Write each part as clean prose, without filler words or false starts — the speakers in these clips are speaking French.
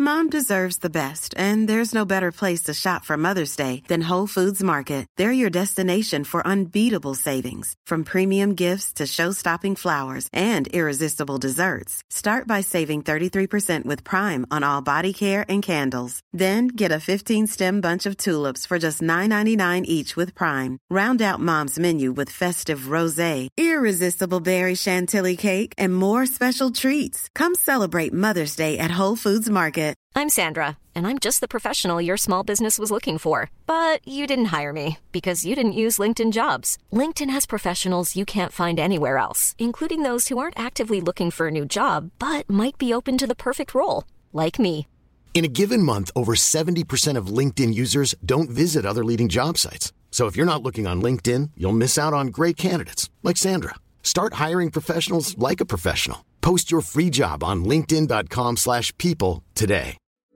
Mom deserves the best, and there's no better place to shop for Mother's Day than Whole Foods Market. They're your destination for unbeatable savings, from premium gifts to show-stopping flowers and irresistible desserts. Start by saving 33% with Prime on all body care and candles. Then get a 15-stem bunch of tulips for just $9.99 each with Prime. Round out Mom's menu with festive rosé, irresistible berry chantilly cake, and more special treats. Come celebrate Mother's Day at Whole Foods Market. I'm Sandra, and I'm just the professional your small business was looking for. But you didn't hire me because you didn't use LinkedIn Jobs. LinkedIn has professionals you can't find anywhere else, including those who aren't actively looking for a new job, but might be open to the perfect role, like me. In a given month, over 70% of LinkedIn users don't visit other leading job sites. So if you're not looking on LinkedIn, you'll miss out on great candidates, like Sandra. Start hiring professionals like a professional. Post your free job on linkedin.com/people today.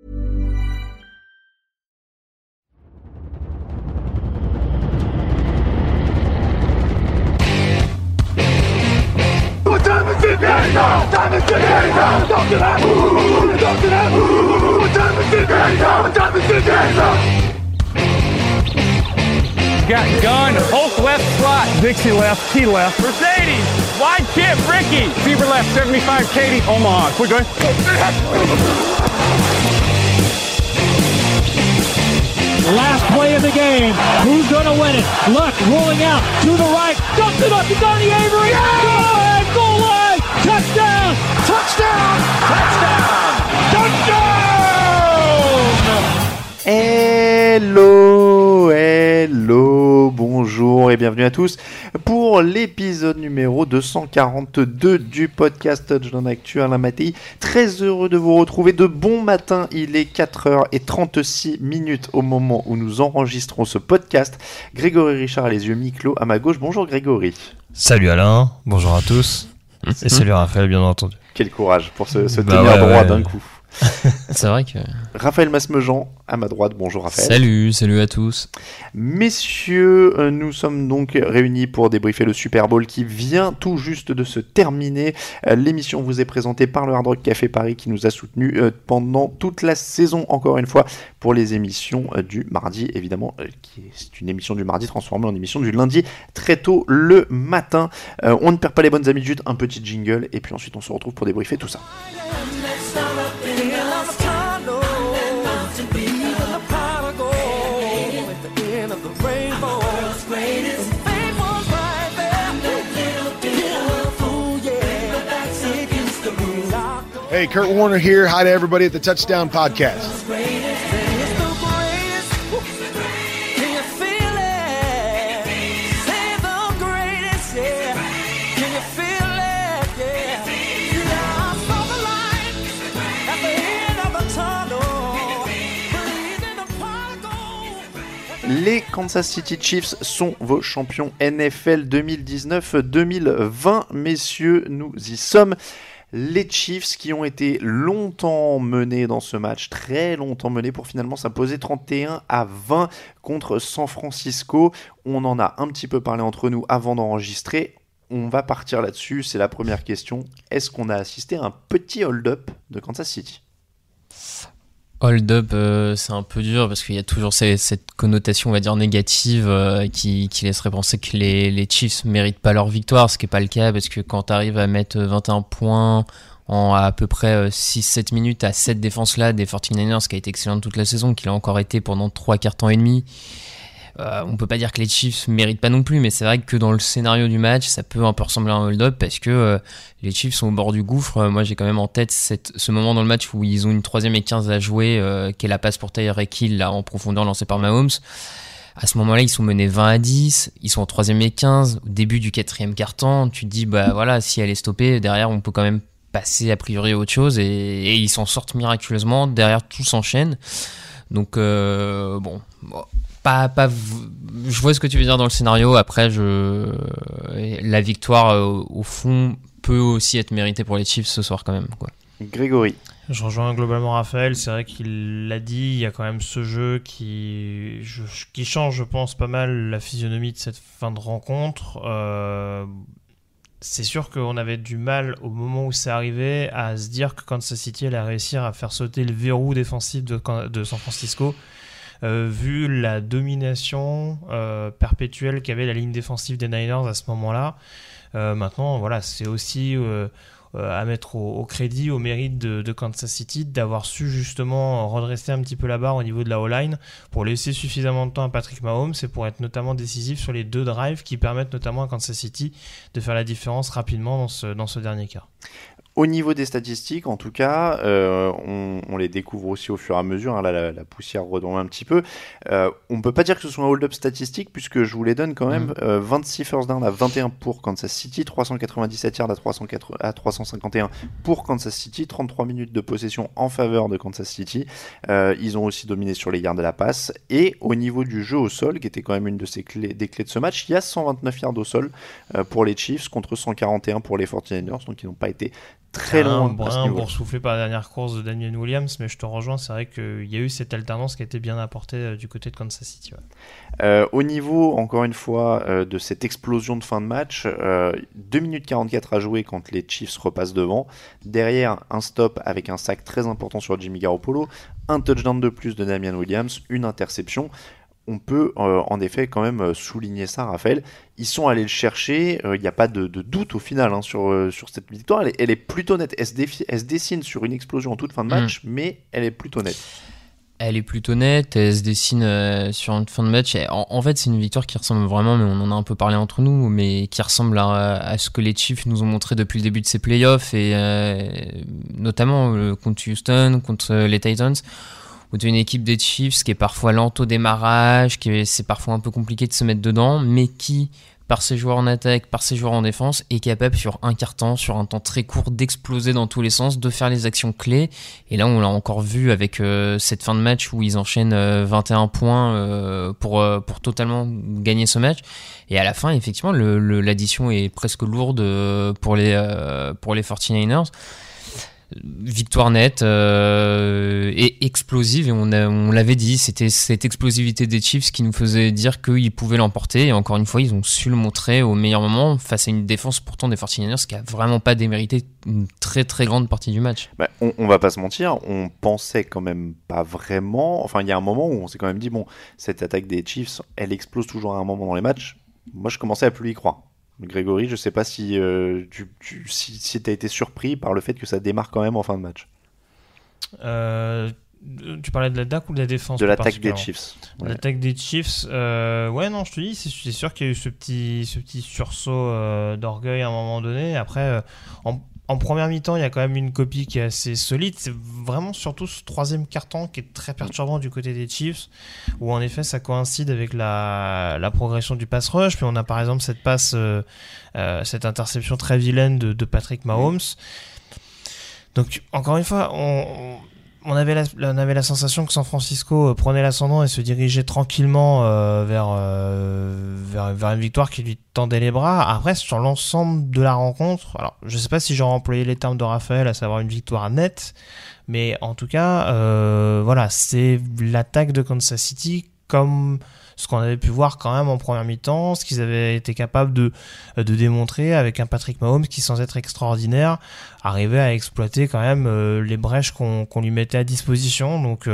Got gun, Hulk left slot, Dixie left, T left, Mercedes, wide chip, Ricky, Fever left, 75, Katie, Omaha. Quick, go ahead. Last play of the game. Who's going to win it? Luck rolling out to the right. Dumps it up to Donnie Avery. Yeah! Goal line. Touchdown. Touchdown. Touchdown. Touchdown. Hello, bonjour et bienvenue à tous pour l'épisode numéro 242 du podcast Touchdown Actu. Alain Mattei, très heureux de vous retrouver de bon matin. Il est 4h36 au moment où nous enregistrons ce podcast. Grégory Richard a les yeux mi-clos à ma gauche. Bonjour Grégory. Salut Alain, bonjour à tous. Et salut Raphaël, bien entendu. Quel courage pour se tenir droit d'un coup. C'est vrai que... Raphaël Masmejean à ma droite, bonjour Raphaël. Salut à tous. Messieurs, nous sommes donc réunis pour débriefer le Super Bowl qui vient tout juste de se terminer. L'émission vous est présentée par le Hard Rock Café Paris qui nous a soutenus pendant toute la saison, encore une fois, pour les émissions du mardi, évidemment, c'est une émission du mardi transformée en émission du lundi très tôt le matin. On ne perd pas les bonnes habitudes, un petit jingle et puis ensuite on se retrouve pour débriefer tout ça. Hey, Kurt Warner here. Hi to everybody at the Touchdown Podcast. Les Kansas City Chiefs sont vos champions NFL 2019-2020. Messieurs, nous y sommes. Les Chiefs qui ont été longtemps menés dans ce match, très longtemps menés pour finalement s'imposer 31-20 contre San Francisco. On en a un petit peu parlé entre nous avant d'enregistrer. On va partir là-dessus, c'est la première question. Est-ce qu'on a assisté à un petit hold-up de Kansas City ? Hold-up, c'est un peu dur parce qu'il y a toujours cette connotation, on va dire, négative qui laisserait penser que les Chiefs méritent pas leur victoire, ce qui est pas le cas parce que quand tu arrives à mettre 21 points en à peu près 6-7 minutes à cette défense-là des 49ers qui a été excellente toute la saison, qui l'a encore été pendant 3 quarts temps et demi, on peut pas dire que les Chiefs méritent pas non plus, mais c'est vrai que dans le scénario du match, ça peut un peu ressembler à un hold-up parce que les Chiefs sont au bord du gouffre. Moi, j'ai quand même en tête ce moment dans le match où ils ont une 3e et 15 à jouer, qui est la passe pour Tyreek Hill là, en profondeur lancée par Mahomes. À ce moment-là, ils sont menés 20-10, ils sont en 3e et 15, au début du 4e quart-temps. Tu te dis, bah voilà, si elle est stoppée, derrière, on peut quand même passer a priori à autre chose et ils s'en sortent miraculeusement. Derrière, tout s'enchaîne. Donc, bon, je vois ce que tu veux dire dans le scénario. Après, la victoire, au fond, peut aussi être méritée pour les Chiefs ce soir quand même, quoi. Grégory. Je rejoins globalement Raphaël, c'est vrai qu'il l'a dit, il y a quand même ce jeu qui change, je pense, pas mal la physionomie de cette fin de rencontre. c'est sûr qu'on avait du mal au moment où c'est arrivé à se dire que Kansas City allait réussir à faire sauter le verrou défensif de San Francisco, vu la domination perpétuelle qu'avait la ligne défensive des Niners à ce moment-là. Maintenant, voilà, c'est aussi à mettre au crédit, au mérite de Kansas City d'avoir su justement redresser un petit peu la barre au niveau de la O-line pour laisser suffisamment de temps à Patrick Mahomes et pour être notamment décisif sur les 2 drives qui permettent notamment à Kansas City de faire la différence rapidement dans ce dernier quart. Au niveau des statistiques, en tout cas, on les découvre aussi au fur et à mesure. Hein, là, la poussière retombe un petit peu. On ne peut pas dire que ce soit un hold-up statistique, puisque je vous les donne quand même. 26 first down à 21 pour Kansas City, 397 yards à 351 pour Kansas City, 33 minutes de possession en faveur de Kansas City. Ils ont aussi dominé sur les yards de la passe. Et au niveau du jeu au sol, qui était quand même une de des clés de ce match, il y a 129 yards au sol pour les Chiefs contre 141 pour les 49ers, donc ils n'ont pas été très loin à ce niveau. Boursouflé par la dernière course de Damien Williams, mais je te rejoins, c'est vrai qu'il y a eu cette alternance qui a été bien apportée du côté de Kansas City. Ouais. Au niveau, encore une fois, de cette explosion de fin de match, 2 minutes 44 à jouer quand les Chiefs repassent devant. Derrière, un stop avec un sac très important sur Jimmy Garoppolo, un touchdown de plus de Damien Williams, une interception. On peut en effet quand même souligner ça, Raphaël. Ils sont allés le chercher, il n'y a pas de doute au final hein, sur cette victoire. Elle est plutôt nette. Elle se dessine sur une explosion en toute fin de match, mais elle est plutôt nette. Elle est plutôt nette, elle se dessine sur une fin de match. En fait, c'est une victoire qui ressemble vraiment, mais on en a un peu parlé entre nous, mais qui ressemble à ce que les Chiefs nous ont montré depuis le début de ces playoffs, et notamment contre Houston, contre les Titans, où tu as une équipe des Chiefs qui est parfois lente au démarrage, c'est parfois un peu compliqué de se mettre dedans, mais qui, par ses joueurs en attaque, par ses joueurs en défense, est capable sur un quart temps, sur un temps très court, d'exploser dans tous les sens, de faire les actions clés. Et là, on l'a encore vu avec cette fin de match où ils enchaînent 21 points pour totalement gagner ce match. Et à la fin, effectivement, l'addition est presque lourde pour les 49ers. Victoire nette et explosive, et on l'avait dit, c'était cette explosivité des Chiefs qui nous faisait dire qu'ils pouvaient l'emporter, et encore une fois ils ont su le montrer au meilleur moment face à une défense pourtant des 49ers qui a vraiment pas démérité une très très grande partie du match. Bah, on va pas se mentir, on pensait quand même pas vraiment, enfin il y a un moment où on s'est quand même dit bon, cette attaque des Chiefs elle explose toujours à un moment dans les matchs. Moi je commençais à plus y croire. Grégory, je sais pas si si t'as été surpris par le fait que ça démarre quand même en fin de match. Tu parlais de l'attaque ou de la défense? De l'attaque des Chiefs. Ouais. L'attaque des Chiefs, ouais, non, je te dis, c'est sûr qu'il y a eu ce petit sursaut d'orgueil à un moment donné. Après, en première mi-temps, il y a quand même une copie qui est assez solide. C'est vraiment surtout ce troisième quart-temps qui est très perturbant du côté des Chiefs, où en effet ça coïncide avec la progression du pass rush. Puis on a par exemple cette passe, cette interception très vilaine de Patrick Mahomes. Donc encore une fois, on avait la sensation que San Francisco prenait l'ascendant et se dirigeait tranquillement vers une victoire qui lui tendait les bras. Après, sur l'ensemble de la rencontre, alors je ne sais pas si j'aurais employé les termes de Raphaël, à savoir une victoire nette, mais en tout cas, voilà, c'est l'attaque de Kansas City comme ce qu'on avait pu voir quand même en première mi-temps, ce qu'ils avaient été capables de démontrer avec un Patrick Mahomes qui, sans être extraordinaire, arrivait à exploiter quand même les brèches qu'on lui mettait à disposition. Donc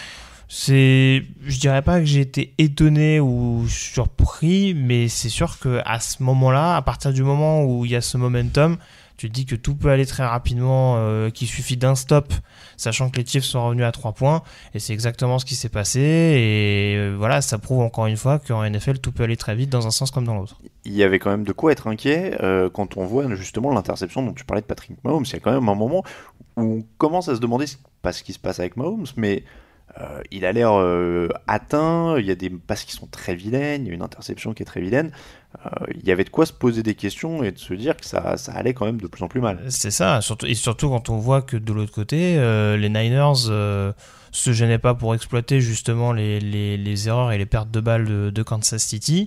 je dirais pas que j'ai été étonné ou surpris, mais c'est sûr qu'à ce moment-là, à partir du moment où il y a ce momentum, tu te dis que tout peut aller très rapidement, qu'il suffit d'un stop, sachant que les Chiefs sont revenus à 3 points, et c'est exactement ce qui s'est passé, et voilà, ça prouve encore une fois qu'en NFL, tout peut aller très vite dans un sens comme dans l'autre. Il y avait quand même de quoi être inquiet quand on voit justement l'interception dont tu parlais de Patrick Mahomes. Il y a quand même un moment où on commence à se demander pas ce qui se passe avec Mahomes, mais il a l'air atteint, il y a des passes qui sont très vilaines, il y a une interception qui est très vilaine. Il y avait de quoi se poser des questions et de se dire que ça allait quand même de plus en plus mal. C'est ça, surtout quand on voit que de l'autre côté, les Niners se gênaient pas pour exploiter justement les erreurs et les pertes de balles de Kansas City.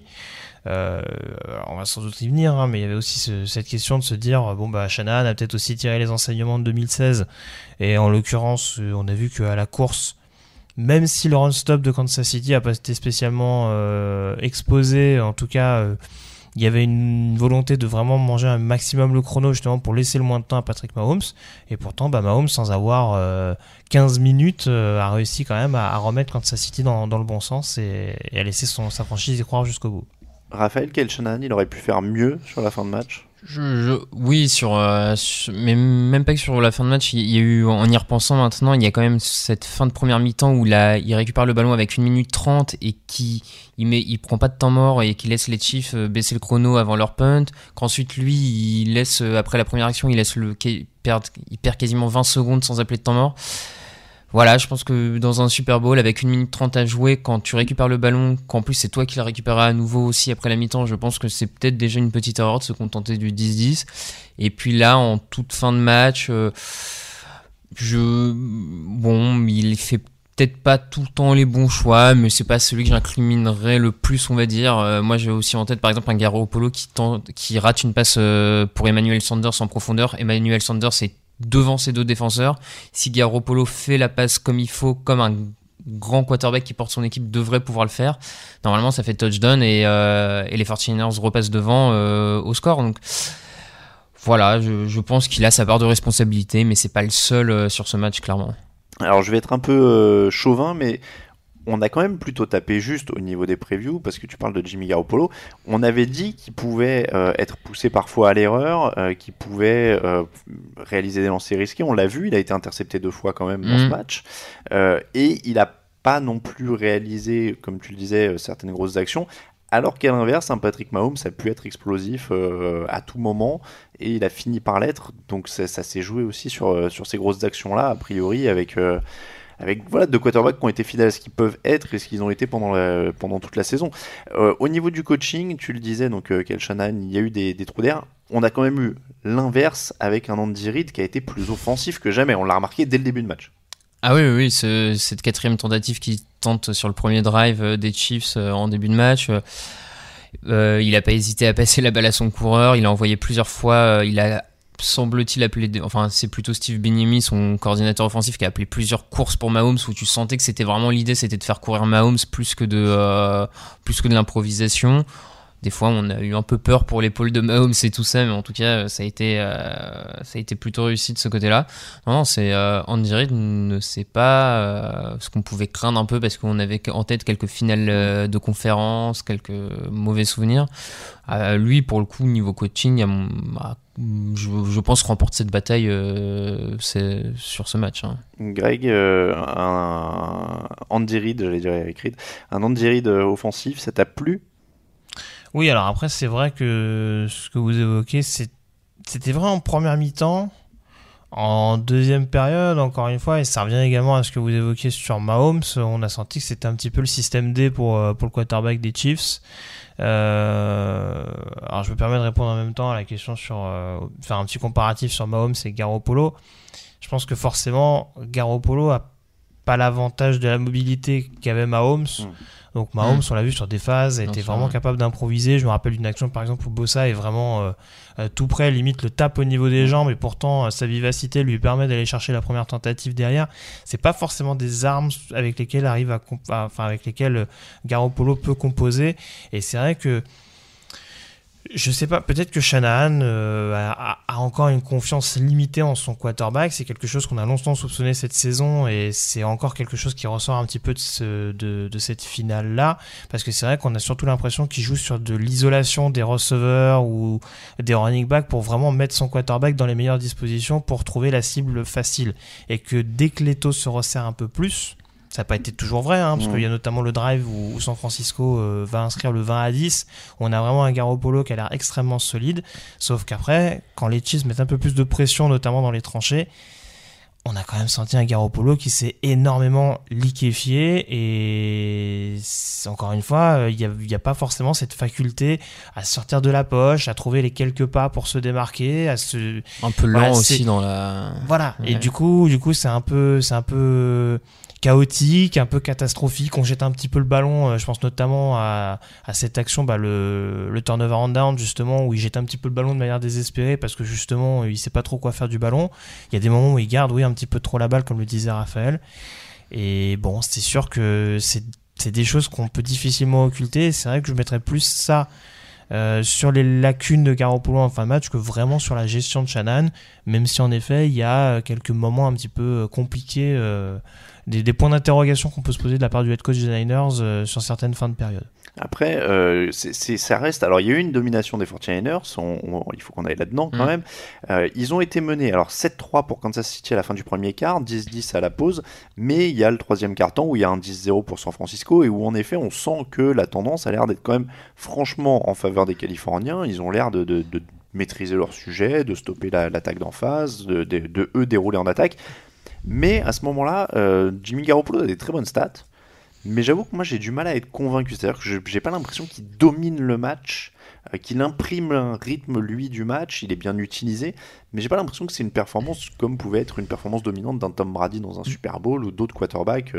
On va sans doute y venir, hein, mais il y avait aussi cette question de se dire bon bah Shanahan a peut-être aussi tiré les enseignements de 2016, et en l'occurrence on a vu qu'à la course, même si le run-stop de Kansas City n'a pas été spécialement exposé, en tout cas, il y avait une volonté de vraiment manger un maximum le chrono justement pour laisser le moins de temps à Patrick Mahomes, et pourtant Mahomes, sans avoir 15 minutes, a réussi quand même à remettre Kansas City dans le bon sens et à laisser sa franchise y croire jusqu'au bout. Raphaël, Kyle Shanahan, il aurait pu faire mieux sur la fin de match? Oui, mais même pas que sur la fin de match. Il y a eu, en y repensant maintenant, il y a quand même cette fin de première mi-temps où il récupère le ballon avec 1 minute 30 et il prend pas de temps mort et qui laisse les Chiefs baisser le chrono avant leur punt. Qu'ensuite, lui, il laisse, après la première action, il perd quasiment 20 secondes sans appeler de temps mort. Voilà, je pense que dans un Super Bowl, avec 1 minute 30 à jouer, quand tu récupères le ballon, qu'en plus c'est toi qui le récupéreras à nouveau aussi après la mi-temps, je pense que c'est peut-être déjà une petite erreur de se contenter du 10-10. Et puis là, en toute fin de match, il fait peut-être pas tout le temps les bons choix, mais c'est pas celui que j'incriminerais le plus, on va dire. Moi, j'ai aussi en tête, par exemple, un Garoppolo qui rate une passe pour Emmanuel Sanders en profondeur. Emmanuel Sanders est devant ses 2 défenseurs. Si Garoppolo fait la passe comme il faut, comme un grand quarterback qui porte son équipe devrait pouvoir le faire, normalement ça fait touchdown et les 49ers repassent devant au score. Donc voilà, je pense qu'il a sa part de responsabilité, mais c'est pas le seul sur ce match, clairement. Alors je vais être un peu chauvin, mais on a quand même plutôt tapé juste au niveau des previews, parce que tu parles de Jimmy Garoppolo. On avait dit qu'il pouvait être poussé parfois à l'erreur, qu'il pouvait réaliser des lancers risqués. On l'a vu, il a été intercepté 2 fois quand même dans ce match. Et il n'a pas non plus réalisé, comme tu le disais, certaines grosses actions. Alors qu'à l'inverse, un Patrick Mahomes a pu être explosif à tout moment, et il a fini par l'être. Donc ça s'est joué aussi sur ces grosses actions-là, a priori, avec 2 quarterbacks qui ont été fidèles à ce qu'ils peuvent être et ce qu'ils ont été pendant toute la saison. Au niveau du coaching, tu le disais, donc Kyle Shanahan, il y a eu des trous d'air. On a quand même eu l'inverse avec un Andy Reid qui a été plus offensif que jamais. On l'a remarqué dès le début de match. Ah oui, cette 4e tentative qui tente sur le premier drive des Chiefs en début de match. Il n'a pas hésité à passer la balle à son coureur. Il a envoyé plusieurs fois. Il a, semble-t-il, appelé. Enfin, c'est plutôt Steve Bieniemy, son coordinateur offensif, qui a appelé plusieurs courses pour Mahomes, où tu sentais que c'était vraiment l'idée, c'était de faire courir Mahomes plus que de l'improvisation. Des fois, on a eu un peu peur pour l'épaule de Mahomes et tout ça, mais en tout cas, ça a été plutôt réussi de ce côté-là. Non, c'est Andy Reid ne sait pas ce qu'on pouvait craindre un peu, parce qu'on avait en tête quelques finales de conférence, quelques mauvais souvenirs. Lui, pour le coup, niveau coaching, je pense remporte cette bataille sur ce match. Greg, Andy Reid, j'allais dire Eric Reid, un Andy Reid offensif, ça t'a plu? Oui, alors après, c'est vrai que ce que vous évoquez, c'était vrai en première mi-temps. En deuxième période, encore une fois, et ça revient également à ce que vous évoquiez sur Mahomes, on a senti que c'était un petit peu le système D pour le quarterback des Chiefs. Alors je me permets de répondre en même temps à la question faire un petit comparatif sur Mahomes et Garoppolo. Je pense que forcément, Garoppolo a pas l'avantage de la mobilité qu'avait Mahomes. Donc Mahomes, on l'a vu sur des phases, était vraiment capable d'improviser. Je me rappelle d'une action par exemple où Bosa est vraiment tout près, limite le tape au niveau des jambes, et pourtant sa vivacité lui permet d'aller chercher la première tentative derrière. C'est pas forcément des armes avec lesquelles avec lesquelles Garoppolo peut composer. Et c'est vrai que je sais pas, peut-être que Shanahan a encore une confiance limitée en son quarterback. C'est quelque chose qu'on a longtemps soupçonné cette saison, et c'est encore quelque chose qui ressort un petit peu de cette finale-là, parce que c'est vrai qu'on a surtout l'impression qu'il joue sur de l'isolation des receveurs ou des running backs pour vraiment mettre son quarterback dans les meilleures dispositions pour trouver la cible facile, et que dès que l'étau se resserre un peu plus, ça n'a pas été toujours vrai, parce qu'il y a notamment le drive où San Francisco va inscrire le 20-10. On a vraiment un Garoppolo qui a l'air extrêmement solide. Sauf qu'après, quand les Chiefs mettent un peu plus de pression, notamment dans les tranchées, on a quand même senti un Garoppolo qui s'est énormément liquéfié. Et encore une fois, il n'y a pas forcément cette faculté à sortir de la poche, à trouver les quelques pas pour se démarquer, un peu lent aussi dans la... Voilà. Ouais. Et du coup, c'est un peu chaotique, un peu catastrophique. On jette un petit peu le ballon, je pense notamment à cette action, le turnover on down, justement, où il jette un petit peu le ballon de manière désespérée, parce que justement il sait pas trop quoi faire du ballon. Il y a des moments où il garde un petit peu trop la balle, comme le disait Raphaël, et bon, c'est sûr que c'est des choses qu'on peut difficilement occulter. C'est vrai que je mettrais plus ça sur les lacunes de Garoppolo en fin de match que vraiment sur la gestion de Shanahan, même si en effet il y a quelques moments un petit peu compliqués, des points d'interrogation qu'on peut se poser de la part du head coach des Niners sur certaines fins de période. Après, ça reste. Alors, il y a eu une domination des 49ers. Il faut qu'on aille là-dedans quand même. Ils ont été menés. Alors, 7-3 pour Kansas City à la fin du premier quart, 10-10 à la pause. Mais il y a le troisième quart-temps où il y a un 10-0 pour San Francisco et où en effet, on sent que la tendance a l'air d'être quand même franchement en faveur des Californiens. Ils ont l'air de maîtriser leur sujet, de stopper l'attaque d'en face, de eux dérouler en attaque. Mais à ce moment-là, Jimmy Garoppolo a des très bonnes stats. Mais j'avoue que moi j'ai du mal à être convaincu, c'est-à-dire que j'ai pas l'impression qu'il domine le match, qu'il imprime un rythme lui du match, il est bien utilisé, mais j'ai pas l'impression que c'est une performance comme pouvait être une performance dominante d'un Tom Brady dans un Super Bowl ou d'autres quarterbacks.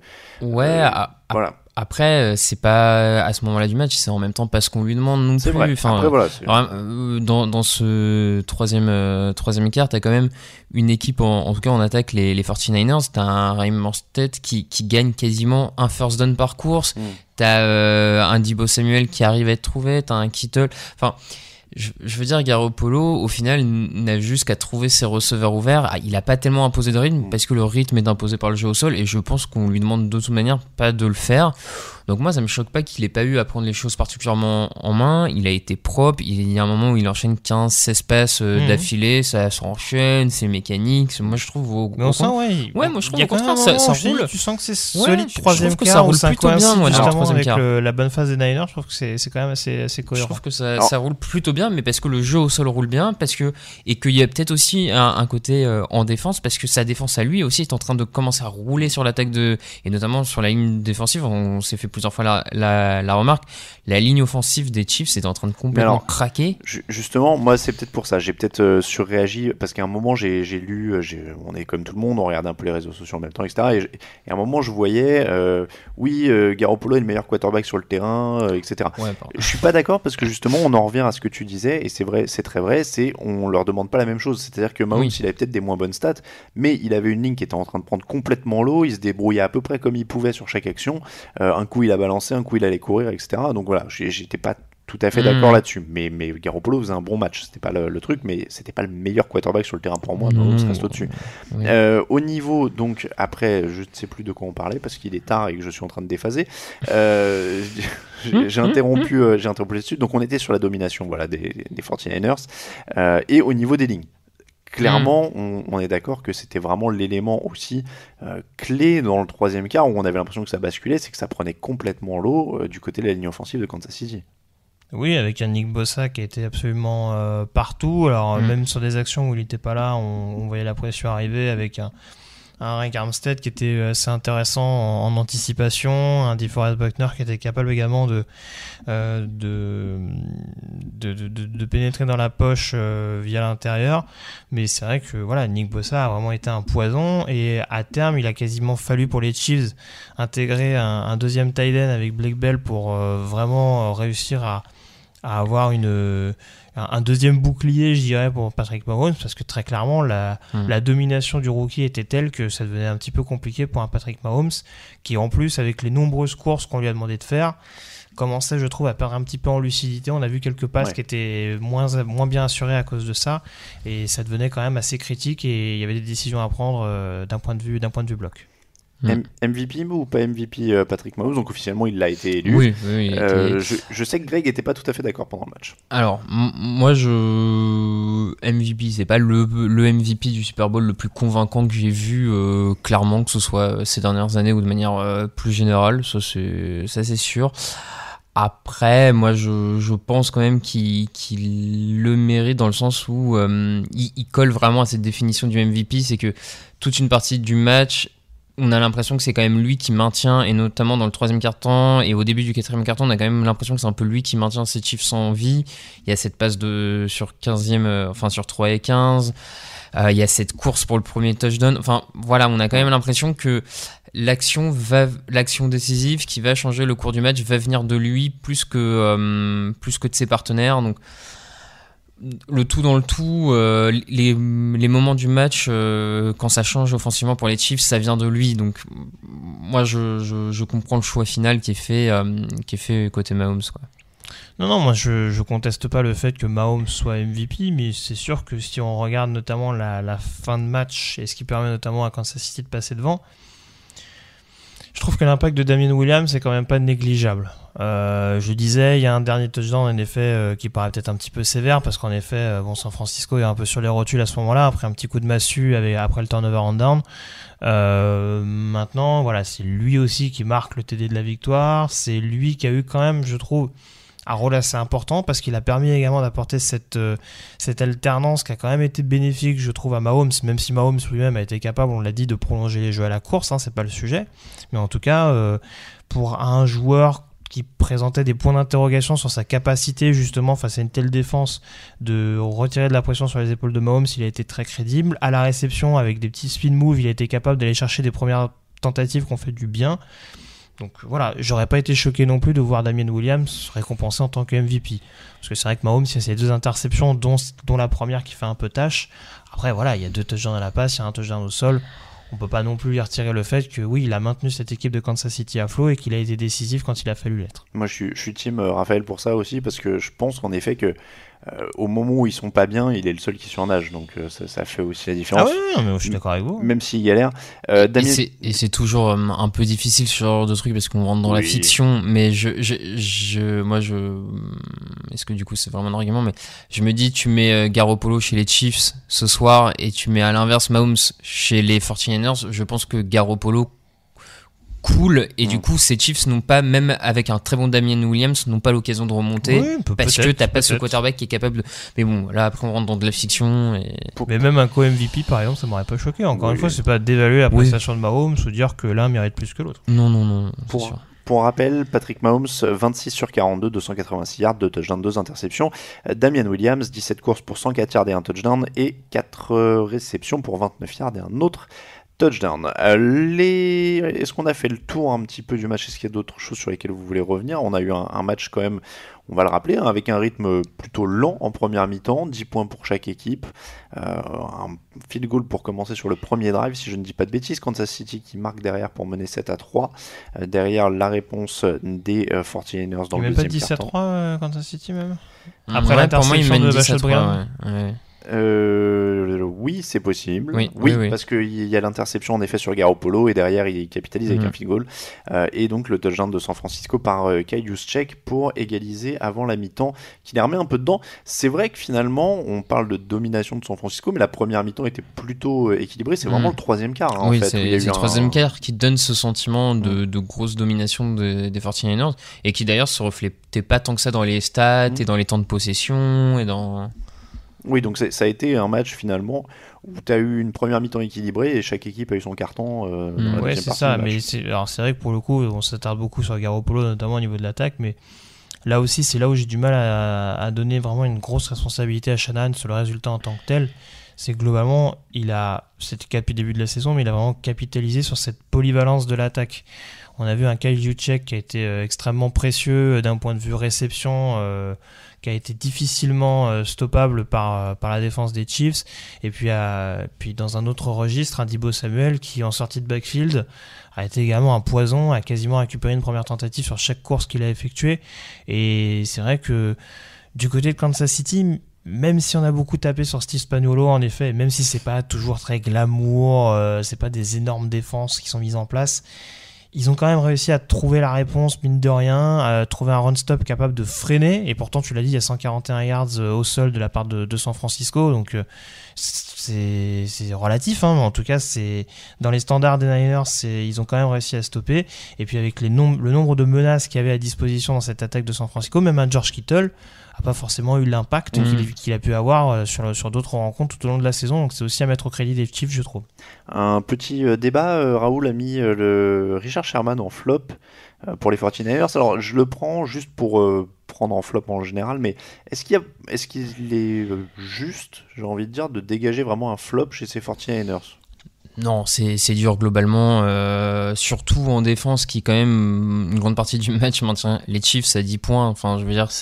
Voilà. Après, c'est pas à ce moment-là du match, c'est en même temps pas ce qu'on lui demande non plus. Vrai. Enfin, après, voilà, dans ce troisième quart, t'as quand même une équipe, en tout cas en attaque, les 49ers, t'as un Raheem Mostert qui gagne quasiment un first down par course, t'as un Deebo Samuel qui arrive à être trouvé, t'as un Kittle, enfin... Je veux dire, Garoppolo, au final, n'a juste qu'à trouver ses receveurs ouverts. Il n'a pas tellement imposé de rythme parce que le rythme est imposé par le jeu au sol et je pense qu'on lui demande de toute manière pas de le faire. Donc moi, ça me choque pas qu'il ait pas eu à prendre les choses particulièrement en main. Il a été propre. Il y a un moment où il enchaîne 15-16 passes d'affilée. Ça s'enchaîne, c'est mécanique. Moi, je trouve mais on sent, moi, je trouve au contraire, ça roule. Tu sens que c'est solide. Troisième quart, ça roule plutôt bien, moi, dans le troisième quart. Avec la bonne phase des Niners, je trouve que c'est quand même assez cohérent. Je trouve que ça roule plutôt bien, mais parce que le jeu au sol roule bien, et qu'il y a peut-être aussi un côté en défense, parce que sa défense à lui aussi est en train de commencer à rouler sur l'attaque et notamment sur la ligne défensive. On s'est fait plusieurs fois la remarque, la ligne offensive des Chiefs est en train de complètement craquer. Justement, moi c'est peut-être pour ça, j'ai peut-être surréagi, parce qu'à un moment j'ai lu, on est comme tout le monde, on regarde un peu les réseaux sociaux en même temps, etc. Et à un moment je voyais, Garoppolo est le meilleur quarterback sur le terrain, etc. Je suis pas d'accord, parce que justement on en revient à ce que tu disais, et c'est vrai, c'est très vrai, on leur demande pas la même chose, c'est-à-dire que Mahomes il avait peut-être des moins bonnes stats, mais il avait une ligne qui était en train de prendre complètement l'eau, il se débrouillait à peu près comme il pouvait sur chaque action, un coup il a balancé, un coup il allait courir, etc. Donc voilà, j'étais pas tout à fait d'accord là-dessus, mais Garoppolo faisait un bon match, c'était pas le truc, mais c'était pas le meilleur quarterback sur le terrain pour moi, donc ça reste au-dessus. Au niveau, donc après, je ne sais plus de quoi on parlait parce qu'il est tard et que je suis en train de déphaser. J'ai interrompu là-dessus. Donc on était sur la domination, des 49ers, et au niveau des lignes. Clairement, on est d'accord que c'était vraiment l'élément aussi clé dans le troisième quart où on avait l'impression que ça basculait, c'est que ça prenait complètement l'eau du côté de la ligne offensive de Kansas City. Oui, avec un Nick Bosa qui était absolument partout. Alors même sur des actions où il n'était pas là, on voyait la pression arriver avec un Rick Armstead qui était assez intéressant en anticipation, un DeForest Buckner qui était capable également de pénétrer dans la poche via l'intérieur. Mais c'est vrai que Nick Bosa a vraiment été un poison, et à terme il a quasiment fallu pour les Chiefs intégrer un deuxième tight end avec Blake Bell pour vraiment réussir à avoir un deuxième bouclier, je dirais, pour Patrick Mahomes, parce que très clairement la domination du rookie était telle que ça devenait un petit peu compliqué pour un Patrick Mahomes qui, en plus, avec les nombreuses courses qu'on lui a demandé de faire, commençait, je trouve, à perdre un petit peu en lucidité. On a vu quelques passes qui étaient moins bien assurées à cause de ça, et ça devenait quand même assez critique, et il y avait des décisions à prendre d'un point de vue bloc. MVP ou pas MVP Patrick Mahomes, donc officiellement il l'a été élu. Oui, je sais que Greg était pas tout à fait d'accord pendant le match. Alors moi MVP, c'est pas le MVP du Super Bowl le plus convaincant que j'ai vu clairement, que ce soit ces dernières années ou de manière plus générale, ça c'est sûr. Après, moi je pense quand même qu'il le mérite, dans le sens où il colle vraiment à cette définition du MVP, c'est que toute une partie du match, on a l'impression que c'est quand même lui qui maintient, et notamment dans le troisième quart-temps et au début du quatrième quart-temps, on a quand même l'impression que c'est un peu lui qui maintient ses Chiefs en vie. Il y a cette passe sur 3 et 15, il y a cette course pour le premier touchdown. Enfin voilà, on a quand même l'impression que l'action décisive qui va changer le cours du match va venir de lui plus que de ses partenaires. Donc le tout dans le tout, les moments du match quand ça change offensivement pour les Chiefs, ça vient de lui. Donc moi je comprends le choix final qui est fait côté Mahomes, quoi. Non, moi je conteste pas le fait que Mahomes soit MVP, mais c'est sûr que si on regarde notamment la fin de match et ce qui permet notamment à Kansas City de passer devant, je trouve que l'impact de Damien Williams c'est quand même pas négligeable. Je disais, il y a un dernier touchdown en effet qui paraît peut-être un petit peu sévère parce qu'en effet, San Francisco est un peu sur les rotules à ce moment-là après un petit coup de massue après le turnover on down. Maintenant, voilà, c'est lui aussi qui marque le TD de la victoire. C'est lui qui a eu quand même, je trouve, un rôle assez important parce qu'il a permis également d'apporter cette alternance qui a quand même été bénéfique, je trouve, à Mahomes, même si Mahomes lui-même a été capable, on l'a dit, de prolonger les jeux à la course, c'est pas le sujet. Mais en tout cas, pour un joueur qui présentait des points d'interrogation sur sa capacité justement face à une telle défense de retirer de la pression sur les épaules de Mahomes, il a été très crédible. À la réception, avec des petits spin moves, il a été capable d'aller chercher des premières tentatives qui ont fait du bien. Donc voilà, j'aurais pas été choqué non plus de voir Damien Williams récompensé en tant que MVP. Parce que c'est vrai que Mahomes, il y a ces 2 interceptions, dont la première qui fait un peu tâche. Après voilà, il y a 2 touchdowns à la passe, il y a un touchdown au sol. On peut pas non plus lui retirer le fait que oui, il a maintenu cette équipe de Kansas City à flot et qu'il a été décisif quand il a fallu l'être. Moi je suis team Raphaël pour ça aussi, parce que je pense en effet que au moment où ils sont pas bien, il est le seul qui surnage, donc ça fait aussi la différence. Ah oui, mais je suis d'accord avec vous. Même s'il galère. Et c'est toujours un peu difficile ce genre de truc parce qu'on rentre dans la fiction, mais moi est-ce que du coup c'est vraiment un argument, mais je me dis, tu mets Garoppolo chez les Chiefs ce soir et tu mets à l'inverse Mahomes chez les 49ers, je pense que Garoppolo cool et du coup ces Chiefs n'ont pas, même avec un très bon Damien Williams, n'ont pas l'occasion de remonter parce que t'as pas ce quarterback qui est capable de... Mais bon, là après on rentre dans de la fiction mais même un co-MVP par exemple ça m'aurait pas choqué, encore une fois c'est pas d'évaluer la prestation de Mahomes ou dire que l'un mérite plus que l'autre. Non, c'est sûr. Pour rappel, Patrick Mahomes, 26 sur 42, 286 yards, 2 touchdowns, 2 interceptions. Damien Williams, 17 courses pour 104 yards et 1 touchdown et 4 réceptions pour 29 yards et un autre touchdown. Est-ce qu'on a fait le tour un petit peu du match? Est-ce qu'il y a d'autres choses sur lesquelles vous voulez revenir? On a eu un match quand même, on va le rappeler, avec un rythme plutôt lent en première mi-temps, 10 points pour chaque équipe, un field goal pour commencer sur le premier drive, si je ne dis pas de bêtises, Kansas City qui marque derrière pour mener 7-3, derrière la réponse des 49ers dans le deuxième quart-temps. Il met pas 10-3 Kansas City même après l'interception de Bachel Brown. Oui, c'est possible. Oui. Parce qu'il y a l'interception en effet sur Garoppolo et derrière il capitalise avec un field goal. Et donc le touchdown de San Francisco par Kyle Juszczyk pour égaliser avant la mi-temps, qui les remet un peu dedans. C'est vrai que finalement, on parle de domination de San Francisco, mais la première mi-temps était plutôt équilibrée. C'est vraiment le troisième quart. En fait, c'est le troisième quart qui donne ce sentiment de grosse domination des 49ers et qui d'ailleurs se reflétait pas tant que ça dans les stats et dans les temps de possession et dans... Oui, donc ça a été un match finalement où tu as eu une première mi-temps équilibrée et chaque équipe a eu son carton dans la deuxième c'est partie ça, du match. mais c'est vrai que pour le coup, on s'attarde beaucoup sur Garoppolo, notamment au niveau de l'attaque, mais là aussi, c'est là où j'ai du mal à donner vraiment une grosse responsabilité à Shanahan sur le résultat en tant que tel. C'est que globalement, c'était le début de la saison, mais il a vraiment capitalisé sur cette polyvalence de l'attaque. On a vu un Kyle Juszczyk qui a été extrêmement précieux d'un point de vue réception, qui a été difficilement stoppable par la défense des Chiefs. Et puis dans un autre registre, un Deebo Samuel qui, en sortie de backfield, a été également un poison, a quasiment récupéré une première tentative sur chaque course qu'il a effectuée. Et c'est vrai que du côté de Kansas City, même si on a beaucoup tapé sur Steve Spagnuolo, en effet, même si c'est pas toujours très glamour, c'est pas des énormes défenses qui sont mises en place, ils ont quand même réussi à trouver la réponse, mine de rien, à trouver un run-stop capable de freiner. Et pourtant, tu l'as dit, il y a 141 yards au sol de la part de San Francisco. Donc, c'est relatif, mais en tout cas, c'est dans les standards des Niners, ils ont quand même réussi à stopper. Et puis, avec le nombre de menaces qu'il y avait à disposition dans cette attaque de San Francisco, même un George Kittle n'a pas forcément eu l'impact qu'il a pu avoir sur d'autres rencontres tout au long de la saison. Donc c'est aussi à mettre au crédit des Chiefs, je trouve. Un petit débat, Raoul a mis le Richard Sherman en flop pour les 49ers. Alors je le prends juste pour prendre en flop en général, mais est-ce qu'il est juste, j'ai envie de dire, de dégager vraiment un flop chez ces 49ers ? Non, c'est dur globalement, surtout en défense qui quand même une grande partie du match maintient les Chiefs à 10 points. Enfin, je veux dire,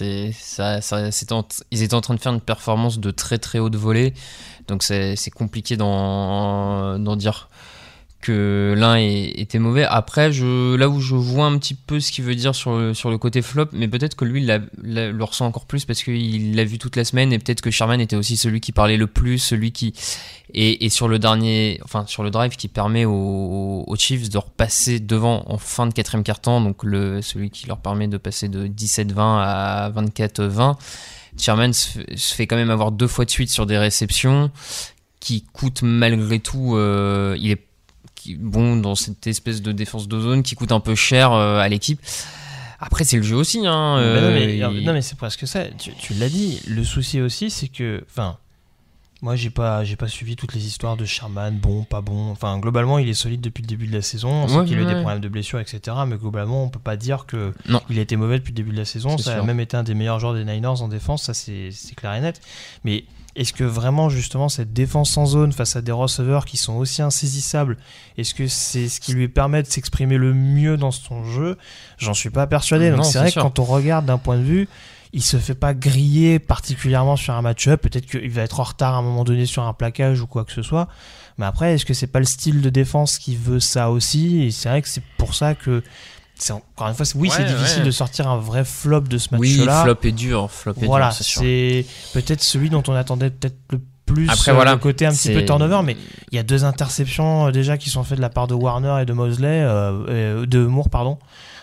ils étaient en train de faire une performance de très très haute volée, donc c'est compliqué d'en dire que l'un était mauvais. Après, là où je vois un petit peu ce qu'il veut dire sur le côté flop, mais peut-être que lui le ressent encore plus parce qu'il l'a vu toute la semaine, et peut-être que Sherman était aussi celui qui parlait le plus, celui qui et sur le drive qui permet aux Chiefs de repasser devant en fin de quatrième quart-temps, donc celui qui leur permet de passer de 17-20 à 24-20. Sherman se fait quand même avoir 2 fois de suite sur des réceptions qui coûtent malgré tout. Il est bon dans cette espèce de défense de zone qui coûte un peu cher à l'équipe. Après, c'est le jeu aussi. Non, mais c'est presque ça. Tu l'as dit. Le souci aussi, c'est que, moi, j'ai pas suivi toutes les histoires de Sherman, bon, pas bon. Enfin, globalement, il est solide depuis le début de la saison. On sait qu'il a eu des problèmes de blessures, etc. Mais globalement, on peut pas dire que il a été mauvais depuis le début de la saison. Ça a même été un des meilleurs joueurs des Niners en défense. Ça, c'est clair et net. Mais est-ce que vraiment, justement, cette défense en zone face à des receveurs qui sont aussi insaisissables, est-ce que c'est ce qui lui permet de s'exprimer le mieux dans son jeu ? J'en suis pas persuadé. Donc c'est vrai que quand on regarde d'un point de vue, il se fait pas griller particulièrement sur un match-up. Peut-être qu'il va être en retard à un moment donné sur un plaquage ou quoi que ce soit. Mais après, est-ce que c'est pas le style de défense qui veut ça aussi ? Et c'est vrai que c'est pour ça que encore une fois, c'est difficile de sortir un vrai flop de ce match-là. Oui, flop est dur, voilà, c'est sûr. C'est peut-être celui dont on attendait peut-être le plus. Après, le côté un petit peu turnover, mais il y a 2 interceptions déjà qui sont faites de la part de Warner et de Moore, pardon.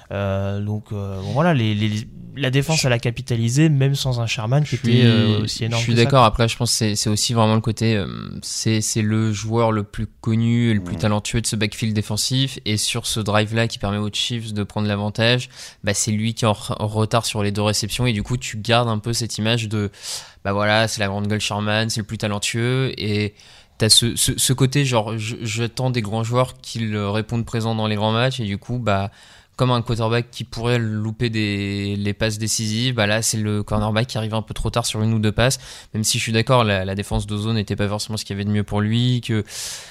Voilà, la défense elle a capitalisé même sans un Sherman qui était aussi énorme. Je suis d'accord. Après, je pense que c'est aussi vraiment le côté c'est le joueur le plus connu et le plus talentueux de ce backfield défensif, et sur ce drive là qui permet aux Chiefs de prendre l'avantage, c'est lui qui est en retard sur les 2 réceptions, et du coup tu gardes un peu cette image de voilà, c'est la grande gueule Sherman, c'est le plus talentueux, et t'as ce côté genre j'attends des grands joueurs qui répondent présents dans les grands matchs, et du coup comme un quarterback qui pourrait louper les passes décisives, là c'est le cornerback qui arrive un peu trop tard sur 1 ou 2 passes, même si je suis d'accord, la défense de zone n'était pas forcément ce qu'il y avait de mieux pour lui, que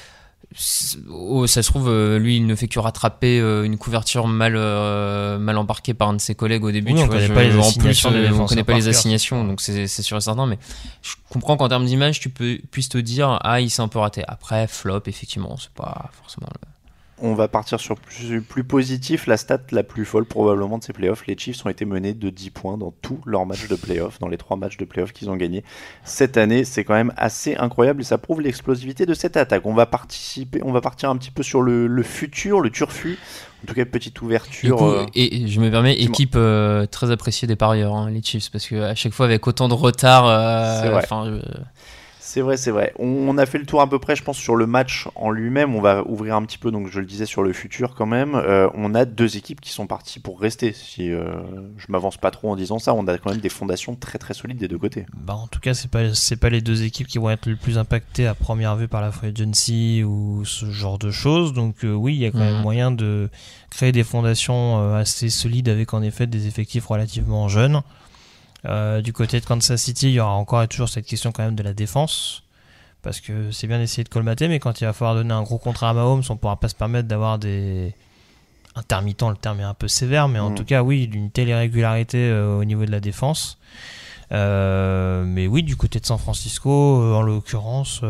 ça se trouve lui il ne fait que rattraper une couverture mal embarquée par un de ses collègues au début. Oui, on connaît pas les assignations, donc c'est sûr et certain, mais je comprends qu'en termes d'image tu puisses te dire il s'est un peu raté. Après flop, effectivement, c'est pas forcément On va partir sur plus positif. La stat la plus folle probablement de ces playoffs, les Chiefs ont été menés de 10 points dans tous leurs matchs de playoffs, dans les 3 matchs de playoffs qu'ils ont gagnés cette année. C'est quand même assez incroyable et ça prouve l'explosivité de cette attaque. On va partir un petit peu sur le futur, le turfu. En tout cas, petite ouverture. Et je me permets, équipe très appréciée des parieurs, les Chiefs, parce qu'à chaque fois avec autant de retard. C'est vrai. C'est vrai. On a fait le tour à peu près, je pense, sur le match en lui-même. On va ouvrir un petit peu, donc je le disais, sur le futur quand même. On a 2 équipes qui sont parties pour rester. Si je m'avance pas trop en disant ça, on a quand même des fondations très très solides des 2 côtés. En tout cas, c'est pas les 2 équipes qui vont être le plus impactées à première vue par la free agency ou ce genre de choses. Donc oui, il y a quand même moyen de créer des fondations assez solides avec en effet des effectifs relativement jeunes. Du côté de Kansas City, il y aura encore et toujours cette question quand même de la défense, parce que c'est bien d'essayer de colmater, mais quand il va falloir donner un gros contrat à Mahomes, on ne pourra pas se permettre d'avoir des intermittents, le terme est un peu sévère, mais en tout cas oui, d'une telle irrégularité au niveau de la défense. Mais oui, du côté de San Francisco, en l'occurrence,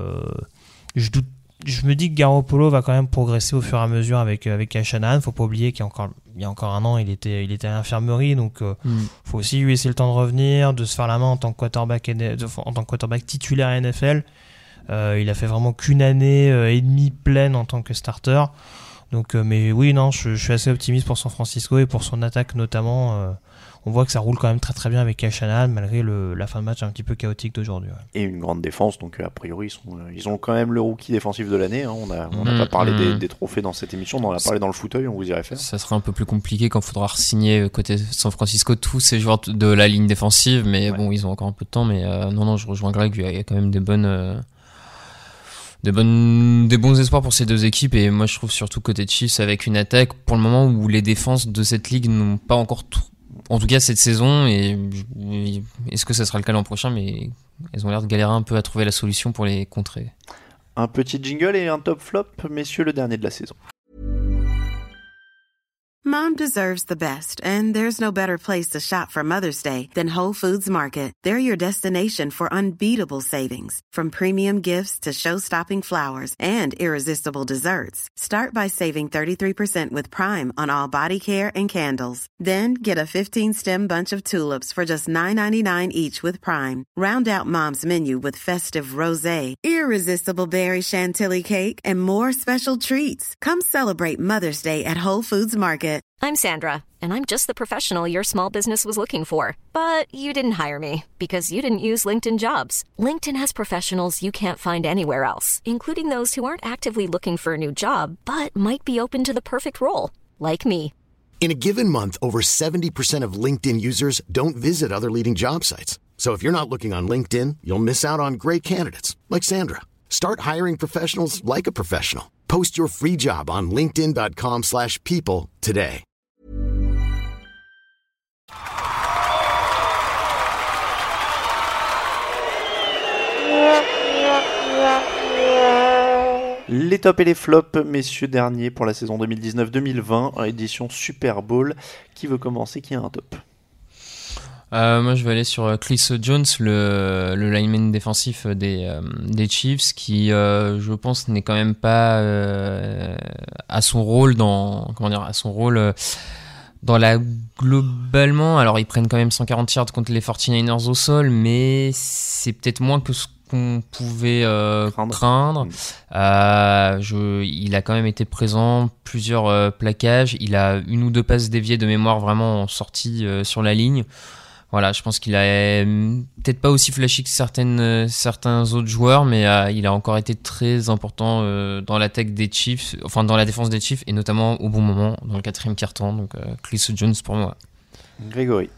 je me dis que Garoppolo va quand même progresser au fur et à mesure avec Kyle Shanahan. Faut pas oublier qu'il y a encore 1 an, il était à l'infirmerie, donc faut aussi lui laisser le temps de revenir, de se faire la main en tant que quarterback titulaire à NFL. Il a fait vraiment qu'1 année et demie pleine en tant que starter. Donc, mais oui, non, je suis assez optimiste pour San Francisco et pour son attaque notamment. On voit que ça roule quand même très très bien avec Kyle Shanahan malgré la fin de match un petit peu chaotique d'aujourd'hui. Et une grande défense, donc a priori ils ont quand même le rookie défensif de l'année. On n'a pas parlé des trophées dans cette émission, on en a parlé dans le fauteuil, on vous y réfère. Ça sera un peu plus compliqué quand il faudra re-signer côté San Francisco tous ces joueurs de la ligne défensive, mais bon, ils ont encore un peu de temps. Mais non, je rejoins Greg, il y a quand même des bons espoirs pour ces 2 équipes, et moi je trouve surtout côté Chiefs avec une attaque pour le moment où les défenses de cette ligue n'ont pas encore en tout cas cette saison, et est-ce que ça sera le cas l'an prochain, mais elles ont l'air de galérer un peu à trouver la solution pour les contrer. Un petit jingle et un top flop, messieurs, le dernier de la saison. Mom deserves the best, and there's no better place to shop for Mother's Day than Whole Foods Market. They're your destination for unbeatable savings, from premium gifts to show-stopping flowers and irresistible desserts. Start by saving 33% with Prime on all body care and candles. Then get a 15-stem bunch of tulips for just $9.99 each with Prime. Round out Mom's menu with festive rosé, irresistible berry chantilly cake, and more special treats. Come celebrate Mother's Day at Whole Foods Market. I'm Sandra, and I'm just the professional your small business was looking for. But you didn't hire me because you didn't use LinkedIn Jobs. LinkedIn has professionals you can't find anywhere else, including those who aren't actively looking for a new job, but might be open to the perfect role, like me. In a given month, over 70% of LinkedIn users don't visit other leading job sites. So if you're not looking on LinkedIn, you'll miss out on great candidates like Sandra. Start hiring professionals like a professional. Post your free job on linkedin.com/people today. Les tops et les flops, messieurs derniers, pour la saison 2019-2020, édition Super Bowl. Qui veut commencer? Qui a un top? Moi je vais aller sur Chris Jones, le lineman défensif des Chiefs, qui je pense n'est quand même pas à son rôle dans la globalement. Alors ils prennent quand même 140 yards contre les 49ers au sol, mais c'est peut-être moins que ce qu'on pouvait craindre. Il a quand même été présent, plusieurs plaquages, il a une ou deux passes déviées de mémoire vraiment sorties sur la ligne. Voilà, je pense qu'il a peut-être pas aussi flashy que certains autres joueurs, mais il a encore été très important dans l'attaque des Chiefs, enfin dans la défense des Chiefs, et notamment au bon moment, dans le 4e quart-temps. Donc Chris Jones pour moi. Grégory.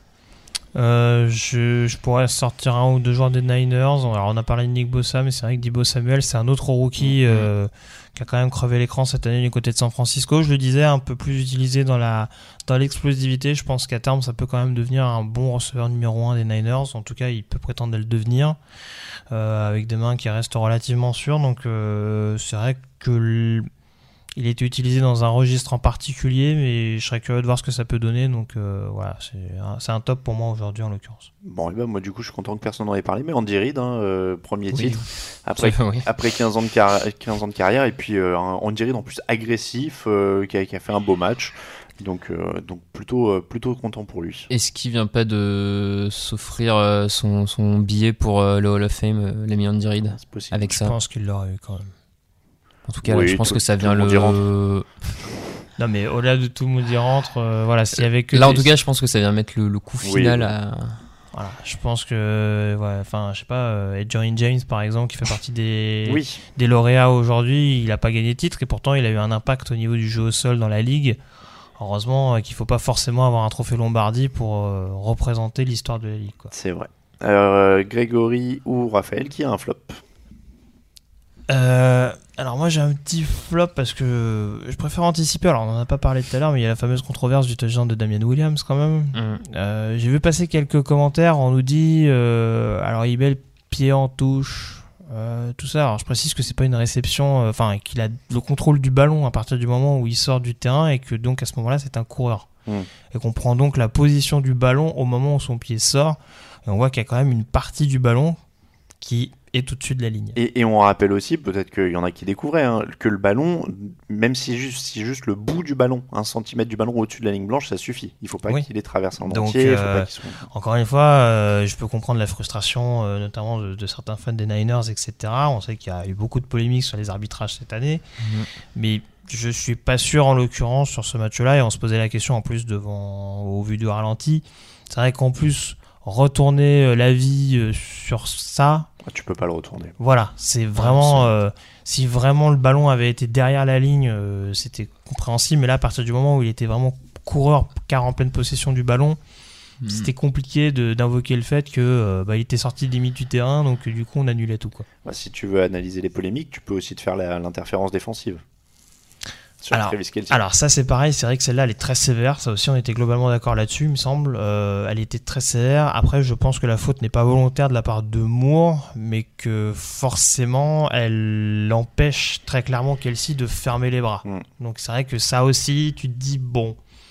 Je pourrais sortir un ou deux joueurs des Niners. Alors on a parlé de Nick Bosa, mais c'est vrai que Deebo Samuel, c'est un autre rookie qui a quand même crevé l'écran cette année du côté de San Francisco. Je le disais, un peu plus utilisé dans l'explosivité. Je pense qu'à terme, ça peut quand même devenir un bon receveur numéro 1 des Niners. En tout cas, il peut prétendre à le devenir avec des mains qui restent relativement sûres. Donc c'est vrai que il a été utilisé dans un registre en particulier, mais je serais curieux de voir ce que ça peut donner. Donc voilà, c'est un top pour moi aujourd'hui en l'occurrence. Bon, et ben moi du coup je suis content que personne n'en ait parlé, mais Andy Reid, premier titre, oui. après 15 ans de carrière, et puis Andy Reid en plus agressif, qui a fait un beau match. Donc plutôt content pour lui. Est-ce qu'il vient pas de s'offrir son billet pour le Hall of Fame, l'ami Andy Reid, avec ça? Je pense qu'il l'aurait eu quand même. En tout cas, oui, là, je pense que ça vient le... Non, mais au-delà de tout le monde y rentre, voilà, s'il y avait que... Là, en tout cas, je pense que ça vient mettre le coup final à... Voilà, je pense que... je sais pas, Adrian James, par exemple, qui fait partie des lauréats aujourd'hui, il n'a pas gagné de titre, et pourtant, il a eu un impact au niveau du jeu au sol dans la Ligue. Heureusement qu'il ne faut pas forcément avoir un trophée Lombardi pour représenter l'histoire de la Ligue, quoi. C'est vrai. Grégory ou Raphaël, qui a un flop? Alors moi j'ai un petit flop parce que je préfère anticiper. Alors on n'en a pas parlé tout à l'heure, mais il y a la fameuse controverse du touchdown de Damien Williams quand même. J'ai vu passer quelques commentaires. On nous dit alors il met le pied en touche, tout ça. Alors je précise que c'est pas une réception, qu'il a le contrôle du ballon à partir du moment où il sort du terrain, et que donc à ce moment-là c'est un coureur, et qu'on prend donc la position du ballon au moment où son pied sort, et on voit qu'il y a quand même une partie du ballon qui est au-dessus de la ligne. Et on rappelle aussi, peut-être qu'il y en a qui découvraient, que le ballon, même si juste le bout du ballon, 1 centimètre du ballon au-dessus de la ligne blanche, ça suffit. Il ne faut pas qu'il les traverse en entier. Encore une fois, je peux comprendre la frustration, notamment de certains fans des Niners, etc. On sait qu'il y a eu beaucoup de polémiques sur les arbitrages cette année, mais je ne suis pas sûr en l'occurrence sur ce match-là, et on se posait la question en plus au vu du ralenti. C'est vrai qu'en plus, retourner l'avis sur ça... Tu peux pas le retourner. Voilà, c'est vraiment... si vraiment le ballon avait été derrière la ligne, c'était compréhensible, mais là, à partir du moment où il était vraiment coureur, car en pleine possession du ballon, c'était compliqué d'invoquer le fait que il était sorti de limite du terrain, donc du coup, on annulait tout, quoi. Si tu veux analyser les polémiques, tu peux aussi te faire l'interférence défensive. Alors ça c'est pareil, c'est vrai que celle-là elle est très sévère, ça aussi on était globalement d'accord là-dessus, il me semble. Elle était très sévère. Après je pense que la faute n'est pas volontaire de la part de Moore, mais que forcément elle empêche très clairement Kelce de fermer les bras. Donc c'est vrai que ça aussi tu te dis bon,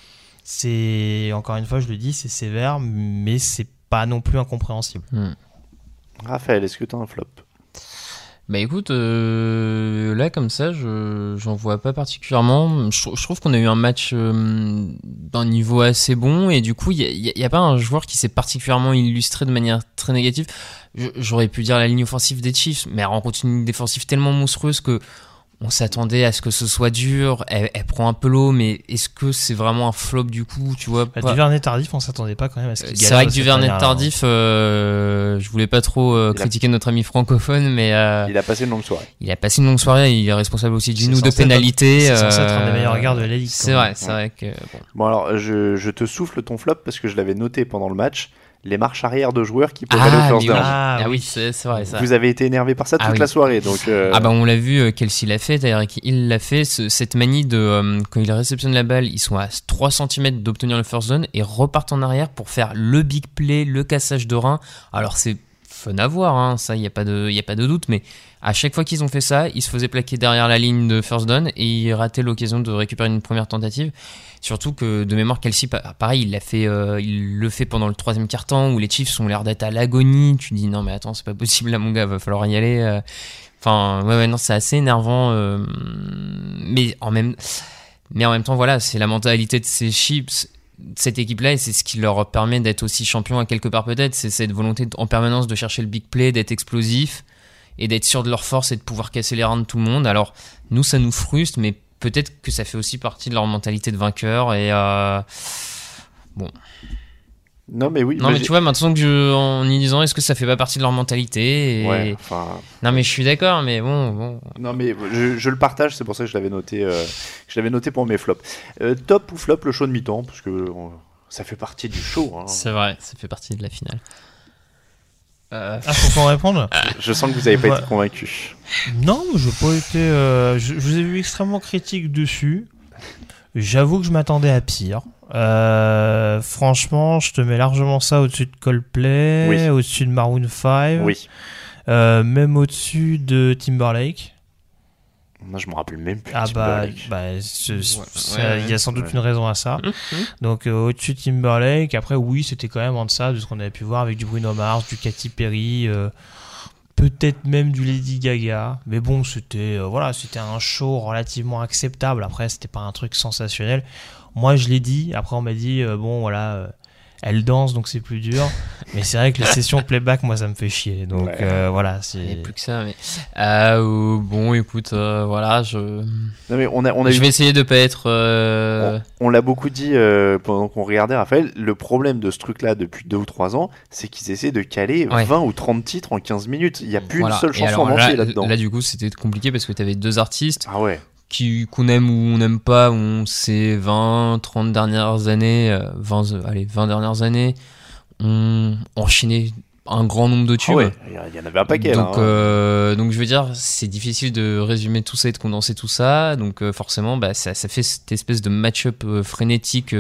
c'est, encore une fois, je le dis, c'est sévère, mais c'est pas non plus incompréhensible. Raphaël, est-ce que tu as un flop ? Bah écoute, là comme ça, j'en vois pas particulièrement. Je trouve qu'on a eu un match d'un niveau assez bon et du coup, il y a pas un joueur qui s'est particulièrement illustré de manière très négative. J'aurais pu dire la ligne offensive des Chiefs, mais elle rencontre une ligne défensive tellement monstrueuse que on s'attendait à ce que ce soit dur. Elle prend un peu l'eau, mais est-ce que c'est vraiment un flop du coup, tu vois? Duvernay-Tardif, on s'attendait pas quand même à ce qu'il gagne. C'est vrai que Duvernay-Tardif, je voulais pas trop critiquer notre ami francophone, mais il a passé une longue soirée. Il est responsable aussi d'une ou deux pénalités. C'est censé être un des meilleurs gardes de la ligue. C'est vrai que bon alors je te souffle ton flop parce que je l'avais noté pendant le match. Les marches arrière de joueurs qui peuvent aller au first down. Oui, c'est vrai ça. Vous avez été énervé par ça toute la soirée, donc. On l'a vu, Kelsey l'a fait, d'ailleurs, il l'a fait, cette manie de quand il réceptionne la balle, ils sont à 3 cm d'obtenir le first down et repartent en arrière pour faire le big play, le cassage de rein. Alors c'est fun à voir, hein, ça il y a pas de doute, mais à chaque fois qu'ils ont fait ça, ils se faisaient plaquer derrière la ligne de first down et ils rataient l'occasion de récupérer une première tentative. Surtout que de mémoire, Kelsey, pareil, il le fait pendant le 3e quart-temps où les Chiefs ont l'air d'être à l'agonie. Tu dis non mais attends, c'est pas possible là mon gars, va falloir y aller. Enfin non, c'est assez énervant, mais en même temps voilà, c'est la mentalité de ces Chiefs, cette équipe-là, et c'est ce qui leur permet d'être aussi champions à quelque part peut-être. C'est cette volonté en permanence de chercher le big play, d'être explosif et d'être sûr de leur force et de pouvoir casser les reins de tout le monde. Alors nous, ça nous frustre, mais peut-être que ça fait aussi partie de leur mentalité de vainqueur et bon. Non mais oui. Non mais tu vois, maintenant que en y disant, est-ce que ça fait pas partie de leur mentalité et... Non mais je suis d'accord, mais bon. Non mais je le partage, c'est pour ça que je l'avais noté pour mes flops. Top ou flop le show de mi-temps, parce que ça fait partie du show. Hein. C'est vrai, ça fait partie de la finale. Faut qu'on réponde. Je sens que vous n'avez pas été convaincu. Non, je n'ai pas été. Je vous ai vu extrêmement critique dessus. J'avoue que je m'attendais à pire. Franchement, je te mets largement ça au-dessus de Coldplay, au-dessus de Maroon 5, même au-dessus de Timberlake. Moi, je me rappelle même plus. Il y a sans doute une raison à ça. Donc, au-dessus de Timberlake, après, oui, c'était quand même en deçà de ce qu'on avait pu voir avec du Bruno Mars, du Katy Perry, peut-être même du Lady Gaga. Mais bon, c'était un show relativement acceptable. Après, c'était pas un truc sensationnel. Moi, je l'ai dit. Après, on m'a dit, elle danse, donc c'est plus dur. Mais c'est vrai que les sessions playback, moi, ça me fait chier. Donc voilà. Il n'y a plus que ça. Mais bon, écoute, voilà, Non, mais je vais essayer de pas être. On l'a beaucoup dit pendant qu'on regardait, Raphaël. Le problème de ce truc-là depuis 2 ou 3 ans, c'est qu'ils essaient de caler 20 ou 30 titres en 15 minutes. Il n'y a plus une seule chanson en entier là-dedans. Là, du coup, c'était compliqué parce que tu avais 2 artistes. Ah ouais. Qu'on aime ou on n'aime pas, ces 20 dernières années, 20 dernières années, ont enchaîné un grand nombre de tubes. Ah ouais, il y en avait un paquet. Donc, donc je veux dire, c'est difficile de résumer tout ça et de condenser tout ça. Donc forcément, ça fait cette espèce de match-up frénétique.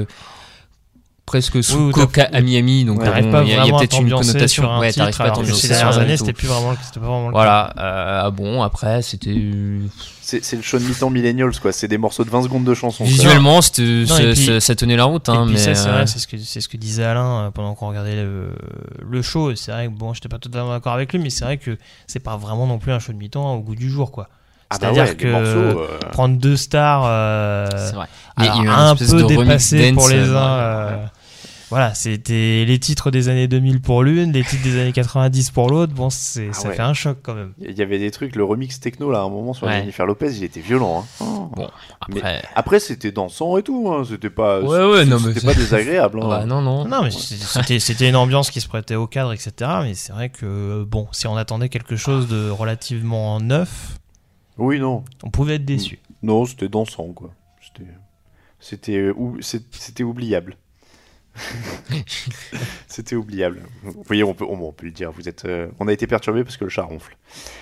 Presque sous Coca à Miami, donc il y a peut-être une connotation. T'arrives pas à t'ambiancer. Ces dernières années, c'était pas vraiment le cas. Bon, après, c'était. C'est le show de mi-temps millennials, quoi. C'est des morceaux de 20 secondes de chansons. Visuellement, ça tenait la route. Et puis ça, c'est vrai, c'est ce que disait Alain pendant qu'on regardait le show. C'est vrai que bon, j'étais pas totalement d'accord avec lui, mais c'est vrai que c'est pas vraiment non plus un show de mi-temps au goût du jour, quoi. C'est-à-dire que prendre 2 stars, c'est vrai. Un peu dépassés pour les uns. Voilà, c'était les titres des années 2000 pour l'une, les titres des années 90 pour l'autre. Bon, ça fait un choc quand même. Il y avait des trucs, le remix techno là, à un moment sur Jennifer Lopez, il était violent. Hein. Bon, après c'était dansant et tout. Hein. C'était pas, c'était pas désagréable. Hein. Non, mais c'était une ambiance qui se prêtait au cadre, etc. Mais c'est vrai que bon, si on attendait quelque chose de relativement neuf, on pouvait être déçu. Non, c'était dansant quoi. C'était oubliable. C'était oubliable. Vous voyez, on peut le dire. On a été perturbé parce que le chat ronfle.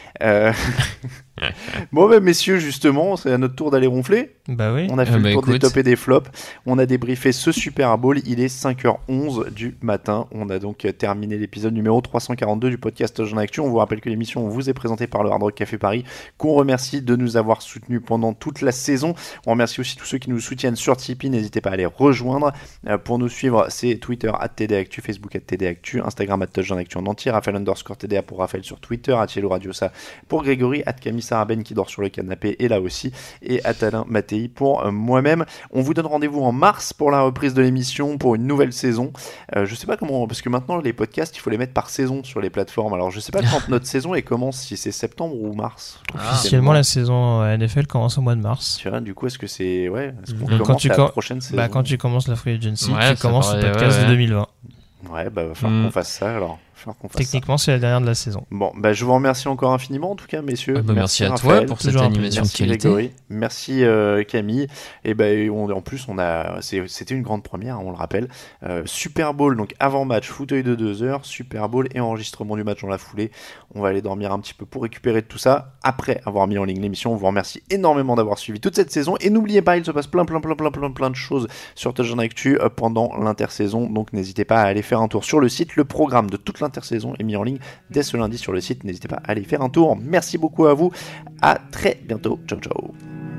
Bon, messieurs, justement, c'est à notre tour d'aller ronfler. Bah oui. On a fait le tour des tops et des flops. On a débriefé ce Super Bowl. Il est 5h11 du matin. On a donc terminé l'épisode numéro 342 du podcast Touchdown Actu. On vous rappelle que l'émission vous est présentée par le Hard Rock Café Paris, qu'on remercie de nous avoir soutenus pendant toute la saison. On remercie aussi tous ceux qui nous soutiennent sur Tipeee. N'hésitez pas à les rejoindre. Pour nous suivre, c'est Twitter @TDActu, Facebook @TDActu, Instagram @TouchdownActu en entier, Raphaël_TDA pour Raphaël sur Twitter, @Yellow Radiosa pour Grégory, @Camille Saraben qui dort sur le canapé est là aussi, et @Alain Mattei pour moi-même. On vous donne rendez-vous en mars pour la reprise de l'émission, pour une nouvelle saison. Je sais pas comment, parce que maintenant les podcasts il faut les mettre par saison sur les plateformes, alors je sais pas quand notre saison elle commence, si c'est septembre ou mars. Officiellement la saison NFL commence au mois de mars. Tu vois, du coup est-ce que c'est est-ce qu'on commence la prochaine saison? Quand tu commences la Free Agency, tu commences le podcast de 2020. Ouais, va falloir qu'on fasse ça alors. Techniquement, c'est la dernière de la saison. Bon, je vous remercie encore infiniment en tout cas, messieurs. Merci à Raphaël, toi pour cette animation de qualité. Grégory. Merci Camille. Et en plus, c'était une grande première, on le rappelle. Super Bowl, donc avant match, fauteuil de 2 heures, Super Bowl et enregistrement du match dans la foulée. On va aller dormir un petit peu pour récupérer de tout ça après avoir mis en ligne l'émission. On vous remercie énormément d'avoir suivi toute cette saison et n'oubliez pas, il se passe plein de choses sur Touchdown Actu pendant l'intersaison. Donc n'hésitez pas à aller faire un tour sur le site. Le programme de toute l'intersaison est mis en ligne dès ce lundi sur le site. N'hésitez pas à aller faire un tour. Merci beaucoup à vous. À très bientôt. Ciao, ciao.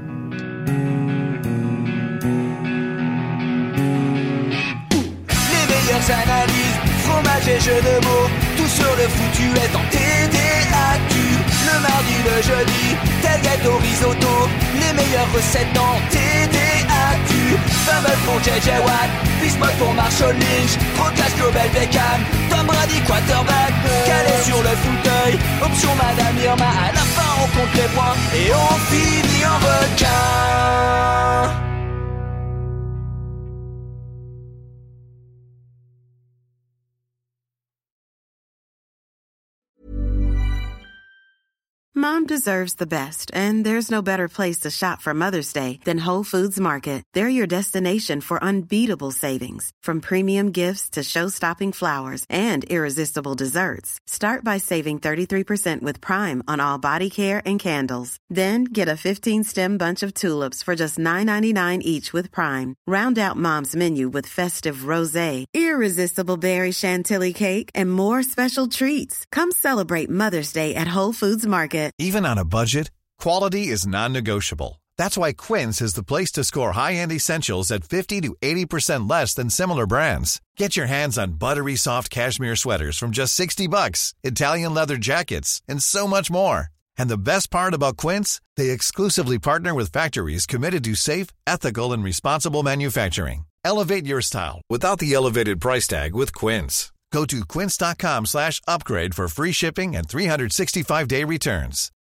Les meilleures analyses, fromage et jeux de mots, tout sur le foutu est en TDAQ. Le mardi, le jeudi, tel gâteau risotto, les meilleures recettes en TDAQ. Fumble pour JJ Watt, Bismuth pour Marshall Lynch, Proclash Global Beckham, Tom Brady quarterback, calé sur le fauteuil, option Madame Irma, à la fin on compte les points et on finit en requin. Mom deserves the best, and there's no better place to shop for Mother's Day than Whole Foods Market. They're your destination for unbeatable savings, from premium gifts to show-stopping flowers and irresistible desserts. Start by saving 33% with Prime on all body care and candles. Then get a 15-stem bunch of tulips for just $9.99 each with Prime. Round out Mom's menu with festive rosé, irresistible berry chantilly cake, and more special treats. Come celebrate Mother's Day at Whole Foods Market. Even on a budget, quality is non-negotiable. That's why Quince is the place to score high-end essentials at 50 to 80% less than similar brands. Get your hands on buttery soft cashmere sweaters from just $60, Italian leather jackets, and so much more. And the best part about Quince, they exclusively partner with factories committed to safe, ethical, and responsible manufacturing. Elevate your style without the elevated price tag with Quince. Go to quince.com/upgrade for free shipping and 365-day returns.